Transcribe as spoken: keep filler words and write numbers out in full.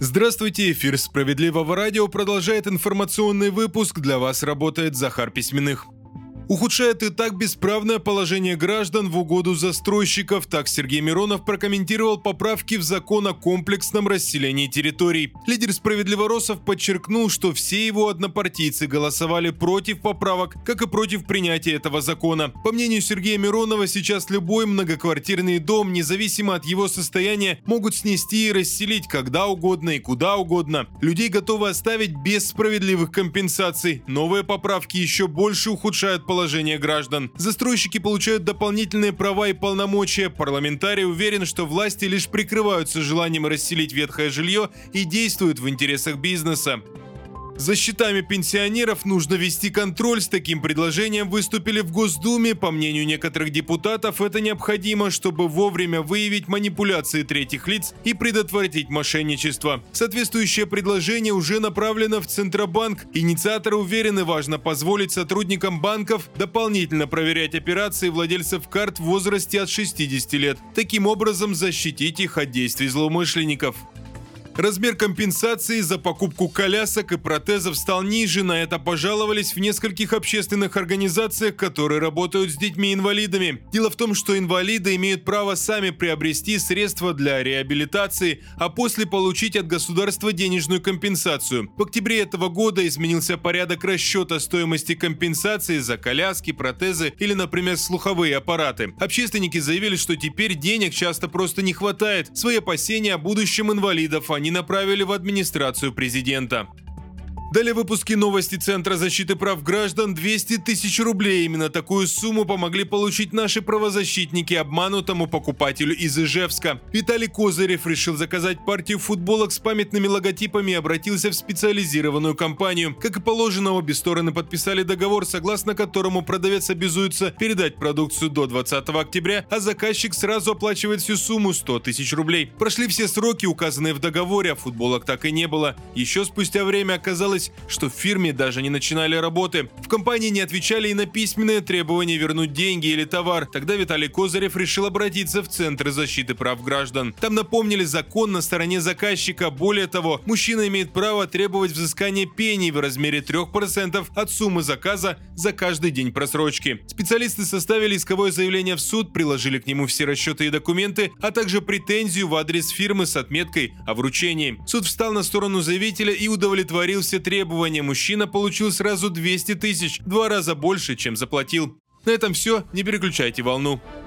Здравствуйте, эфир «Справедливого радио» продолжает информационный выпуск. Для вас работает Захар Письменных. Ухудшает и так бесправное положение граждан в угоду застройщиков. Так Сергей Миронов прокомментировал поправки в закон о комплексном расселении территорий. Лидер справедливоросов подчеркнул, что все его однопартийцы голосовали против поправок, как и против принятия этого закона. По мнению Сергея Миронова, сейчас любой многоквартирный дом, независимо от его состояния, могут снести и расселить когда угодно и куда угодно. Людей готовы оставить без справедливых компенсаций. Новые поправки еще больше ухудшают положение положение граждан. Застройщики получают дополнительные права и полномочия. Парламентарий уверен, что власти лишь прикрываются желанием расселить ветхое жилье и действуют в интересах бизнеса. За счетами пенсионеров нужно вести контроль. С таким предложением выступили в Госдуме. По мнению некоторых депутатов, это необходимо, чтобы вовремя выявить манипуляции третьих лиц и предотвратить мошенничество. Соответствующее предложение уже направлено в Центробанк. Инициаторы уверены, важно позволить сотрудникам банков дополнительно проверять операции владельцев карт в возрасте от шестидесяти лет. Таким образом, защитить их от действий злоумышленников. Размер компенсации за покупку колясок и протезов стал ниже. На это пожаловались в нескольких общественных организациях, которые работают с детьми-инвалидами. Дело в том, что инвалиды имеют право сами приобрести средства для реабилитации, а после получить от государства денежную компенсацию. В октябре этого года изменился порядок расчета стоимости компенсации за коляски, протезы или, например, слуховые аппараты. Общественники заявили, что теперь денег часто просто не хватает. Свои опасения о будущем инвалидов они направили в администрацию президента. Далее в выпуске новости Центра защиты прав граждан. двести тысяч рублей. Именно такую сумму помогли получить наши правозащитники обманутому покупателю из Ижевска. Виталий Козырев решил заказать партию футболок с памятными логотипами и обратился в специализированную компанию. Как и положено, обе стороны подписали договор, согласно которому продавец обязуется передать продукцию до двадцатого октября, а заказчик сразу оплачивает всю сумму сто тысяч рублей. Прошли все сроки, указанные в договоре, а футболок так и не было. Еще спустя время оказалось, что в фирме даже не начинали работы. В компании не отвечали и на письменные требования вернуть деньги или товар. Тогда Виталий Козырев решил обратиться в Центр защиты прав граждан. Там напомнили, закон на стороне заказчика. Более того, мужчина имеет право требовать взыскания пений в размере трех процентов от суммы заказа за каждый день просрочки. Специалисты составили исковое заявление в суд, приложили к нему все расчеты и документы, а также претензию в адрес фирмы с отметкой о вручении. Суд встал на сторону заявителя и удовлетворил все требования. Мужчина получил сразу двести тысяч, в два раза больше, чем заплатил. На этом все, не переключайте волну.